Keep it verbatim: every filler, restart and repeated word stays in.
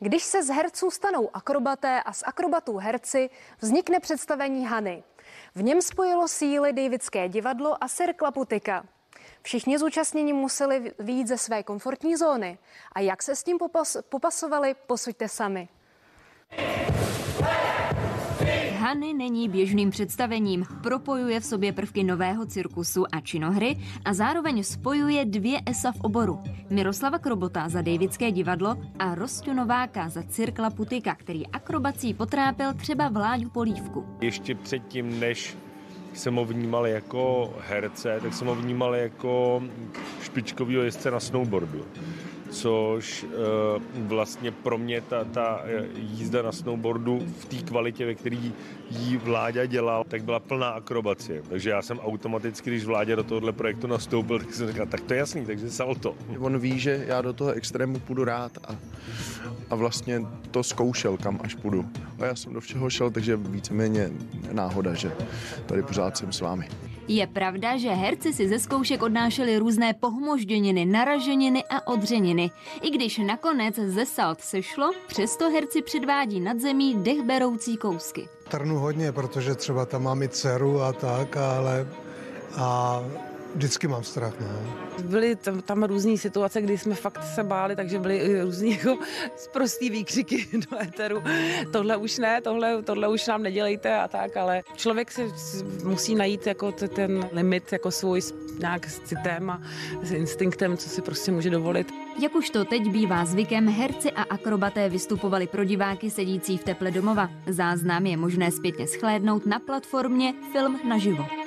Když se z herců stanou akrobaté a z akrobatů herci, vznikne představení Hany. V něm spojilo síly Davidské divadlo a Cirkla Putika. Všichni zúčastnění museli vyjít ze své komfortní zóny. A jak se s tím popas- popasovali, posuďte sami. Hany není běžným představením, propojuje v sobě prvky nového cirkusu a činohry a zároveň spojuje dvě esa v oboru. Miroslava Krobota za Davidské divadlo a Rosťu Nováka za Cirkla Putika, který akrobací potrápil třeba Vláďu Polívku. Ještě předtím, než jsem ho vnímal jako herce, tak jsem ho vnímal jako špičkovýho jezdce na snowboardu. Což e, vlastně pro mě ta, ta jízda na snowboardu v té kvalitě, ve který jí Vláďa dělal, tak byla plná akrobacie. Takže já jsem automaticky, když Vláďa do tohohle projektu nastoupil, tak jsem říkal, tak to je jasný, takže salto. On ví, že já do toho extrému půjdu rád a, a vlastně to zkoušel, kam až půjdu. A já jsem do všeho šel, takže víceméně náhoda, že tady pořád jsem s vámi. Je pravda, že herci si ze zkoušek odnášeli různé pohmožděniny, naraženiny a odřeniny. I když nakonec ze salt sešlo, přesto herci předvádí nad zemí dechberoucí kousky. Trnu hodně, protože třeba tam mám i dceru a tak, ale a vždycky mám strach. No. Byly tam, tam různé situace, kdy jsme fakt se báli, takže byly různý jako sprostý výkřiky do éteru. Tohle už ne, tohle, tohle už nám nedělejte a tak, ale člověk si musí najít jako ten limit, jako svůj nějak s citem a s instinktem, co si prostě může dovolit. Jak už to teď bývá zvykem, herci a akrobaté vystupovali pro diváky sedící v teple domova. Záznam je možné zpětně shlédnout na platformě Film naživo.